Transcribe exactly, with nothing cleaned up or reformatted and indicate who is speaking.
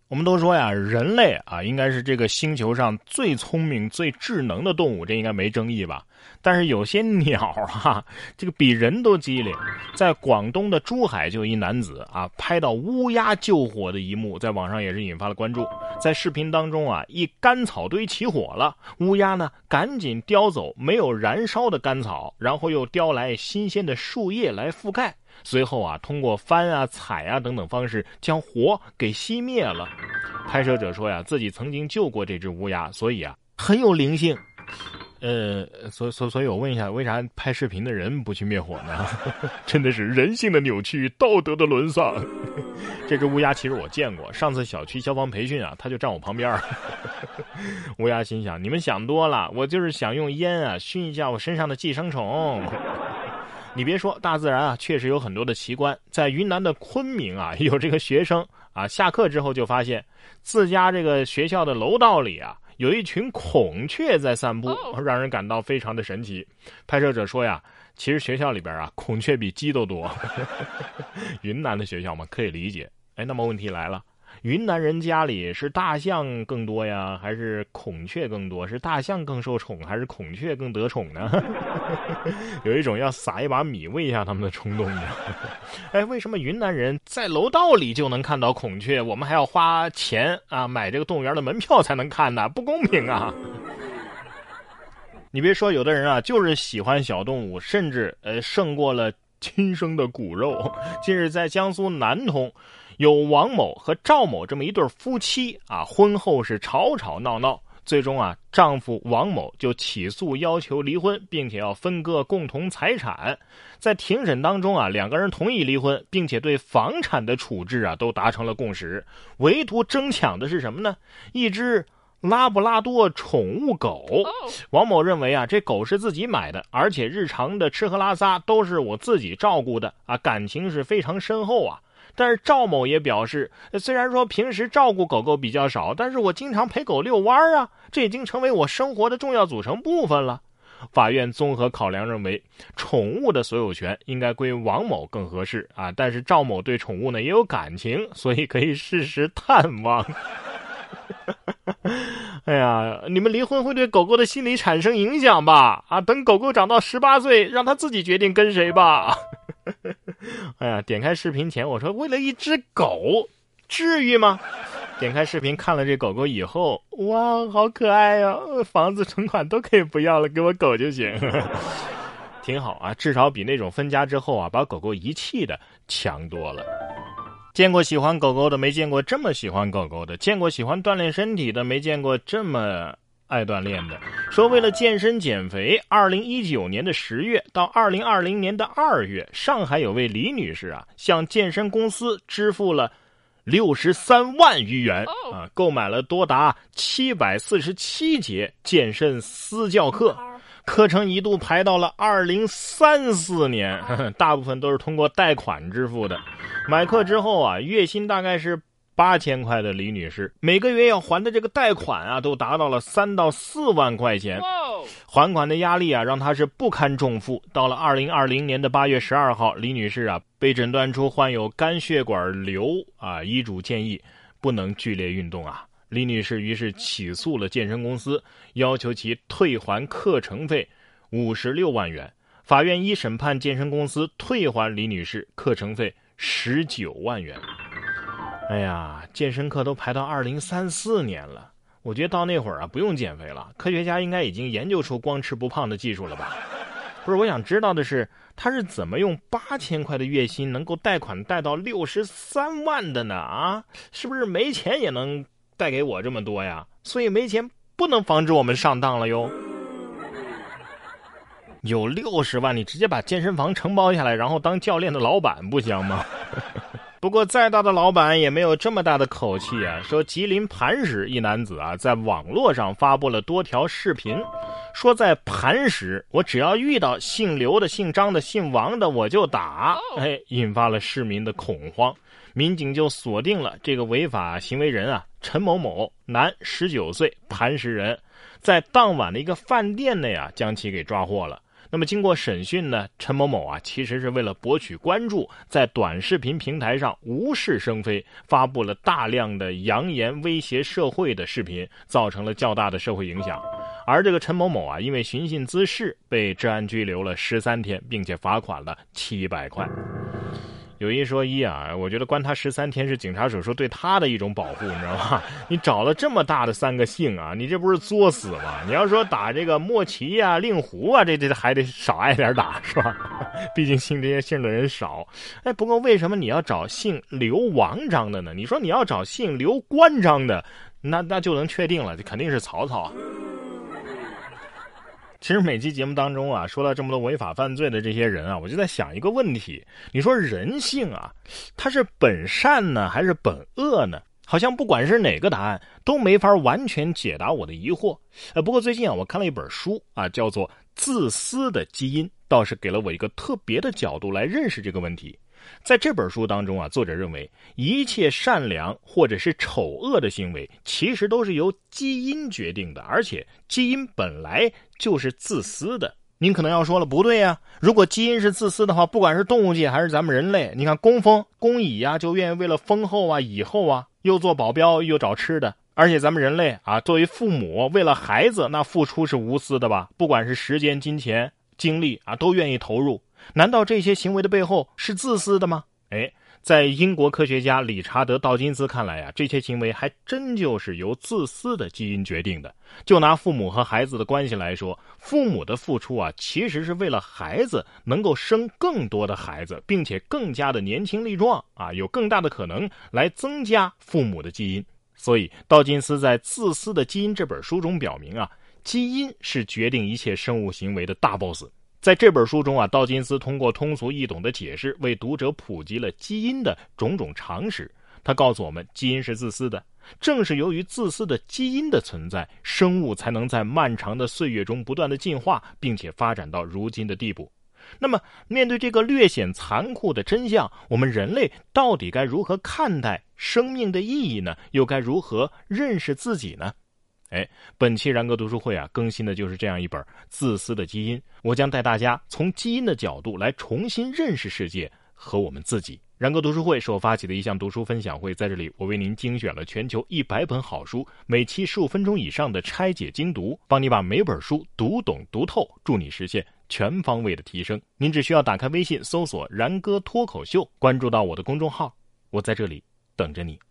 Speaker 1: 我们都说呀，人类啊应该是这个星球上最聪明、最智能的动物，这应该没争议吧？但是有些鸟啊，这个比人都机灵。在广东的珠海就有一男子啊，拍到乌鸦救火的一幕，在网上也是引发了关注。在视频当中啊，一干草堆起火了，乌鸦呢赶紧叼走没有燃烧的干草，然后又叼来新鲜的树叶来覆盖。随后啊，通过翻啊、踩啊等等方式将火给熄灭了。拍摄者说呀，自己曾经救过这只乌鸦，所以啊很有灵性。呃，所所所以我问一下，为啥拍视频的人不去灭火呢？真的是人性的扭曲，道德的沦丧。这只乌鸦其实我见过，上次小区消防培训啊，它就站我旁边。乌鸦心想，你们想多了，我就是想用烟啊熏一下我身上的寄生虫。你别说，大自然啊确实有很多的奇观。在云南的昆明啊，有这个学生啊，下课之后就发现自家这个学校的楼道里啊，有一群孔雀在散步，让人感到非常的神奇。拍摄者说呀，其实学校里边啊，孔雀比鸡都多。云南的学校嘛，可以理解。哎，那么问题来了，云南人家里是大象更多呀，还是孔雀更多？是大象更受宠，还是孔雀更得宠呢？有一种要撒一把米喂一下他们的冲动。哎，为什么云南人在楼道里就能看到孔雀，我们还要花钱啊买这个动物园的门票才能看呢？不公平啊！你别说，有的人啊就是喜欢小动物，甚至呃胜过了亲生的骨肉。近日在江苏南通，有王某和赵某这么一对夫妻啊，婚后是吵吵闹闹，最终啊，丈夫王某就起诉要求离婚，并且要分割共同财产。在庭审当中啊，两个人同意离婚，并且对房产的处置啊都达成了共识，唯独争抢的是什么呢？一只拉布拉多宠物狗。王某认为啊，这狗是自己买的，而且日常的吃喝拉撒都是我自己照顾的啊，感情是非常深厚啊。但是赵某也表示，虽然说平时照顾狗狗比较少，但是我经常陪狗遛弯啊，这已经成为我生活的重要组成部分了。法院综合考量认为，宠物的所有权应该归王某更合适啊，但是赵某对宠物呢也有感情，所以可以适时探望。哎呀，你们离婚会对狗狗的心理产生影响吧？啊，等狗狗长到十八岁，让它自己决定跟谁吧。哎呀，点开视频前我说，为了一只狗，至于吗？点开视频看了这狗狗以后，哇，好可爱呀！房子存款都可以不要了，给我狗就行。挺好啊，至少比那种分家之后啊把狗狗遗弃的强多了。见过喜欢狗狗的，没见过这么喜欢狗狗的；见过喜欢锻炼身体的，没见过这么爱锻炼的。说为了健身减肥，二零一九年的十月到二零二零年的二月，上海有位李女士啊，向健身公司支付了六十三万余元啊，购买了多达七百四十七节健身私教课。课程一度排到了二零三四年，呵呵，大部分都是通过贷款支付的。买课之后啊，月薪大概是八千块的李女士，每个月要还的这个贷款啊，都达到了三到四万块钱。还款的压力啊，让她是不堪重负。到了二零二零年的八月十二号，李女士啊被诊断出患有肝血管瘤啊，医嘱建议不能剧烈运动啊。李女士于是起诉了健身公司，要求其退还课程费五十六万元。法院一审判健身公司退还李女士课程费十九万元。哎呀，健身课都排到二零三四年了，我觉得到那会儿啊不用减肥了，科学家应该已经研究出光吃不胖的技术了吧？不是，我想知道的是，他是怎么用八千块的月薪能够贷款贷到六十三万的呢？啊，是不是没钱也能贷给我这么多呀？所以没钱不能防止我们上当了哟。有六十万，你直接把健身房承包下来，然后当教练的老板不香吗？不过再大的老板也没有这么大的口气啊！说吉林磐石一男子啊，在网络上发布了多条视频，说在磐石，我只要遇到姓刘的、姓张的、姓王的，我就打，哎，引发了市民的恐慌。民警就锁定了这个违法行为人啊，陈某某，男，十九岁，磐石人，在当晚的一个饭店内啊，将其给抓获了。 那么经过审讯呢，陈某某啊其实是为了博取关注，在短视频平台上无事生非，发布了大量的扬言威胁社会的视频，造成了较大的社会影响。而这个陈某某啊，因为寻衅滋事被治安拘留了十三天，并且罚款了七百块。有一说一啊，我觉得关他十三天是警察手术对他的一种保护，你知道吗？你找了这么大的三个姓啊，你这不是作死吗？你要说打这个莫奇啊、令狐啊，这这还得少挨点打是吧？毕竟姓这些姓的人少。哎，不过为什么你要找姓刘王章的呢？你说你要找姓刘关张的，那那就能确定了，这肯定是曹操啊。其实每期节目当中啊，说到这么多违法犯罪的这些人啊，我就在想一个问题，你说人性啊，它是本善呢还是本恶呢？好像不管是哪个答案都没法完全解答我的疑惑。呃，不过最近啊，我看了一本书啊，叫做《自私的基因》，倒是给了我一个特别的角度来认识这个问题。在这本书当中啊，作者认为一切善良或者是丑恶的行为其实都是由基因决定的，而且基因本来就是自私的。您可能要说了，不对呀，如果基因是自私的话，不管是动物界还是咱们人类，你看工蜂、工蚁啊，就愿意为了蜂后啊、蚁后啊，又做保镖又找吃的。而且咱们人类啊，作为父母，为了孩子那付出是无私的吧，不管是时间、金钱、精力啊，都愿意投入。难道这些行为的背后是自私的吗？哎，在英国科学家理查德·道金斯看来啊，这些行为还真就是由自私的基因决定的。就拿父母和孩子的关系来说，父母的付出啊，其实是为了孩子能够生更多的孩子，并且更加的年轻力壮啊，有更大的可能来增加父母的基因。所以道金斯在《自私的基因》这本书中表明啊，基因是决定一切生物行为的大 boss。在这本书中啊，道金斯通过通俗易懂的解释，为读者普及了基因的种种常识。他告诉我们，基因是自私的，正是由于自私的基因的存在，生物才能在漫长的岁月中不断的进化，并且发展到如今的地步。那么，面对这个略显残酷的真相，我们人类到底该如何看待生命的意义呢？又该如何认识自己呢？哎，本期然哥读书会啊，更新的就是这样一本《自私的基因》，我将带大家从基因的角度来重新认识世界和我们自己。然哥读书会是我发起的一项读书分享会，在这里我为您精选了全球一百本好书，每期十五分钟以上的拆解精读，帮你把每本书读懂读透，助你实现全方位的提升。您只需要打开微信搜索然哥脱口秀，关注到我的公众号，我在这里等着你。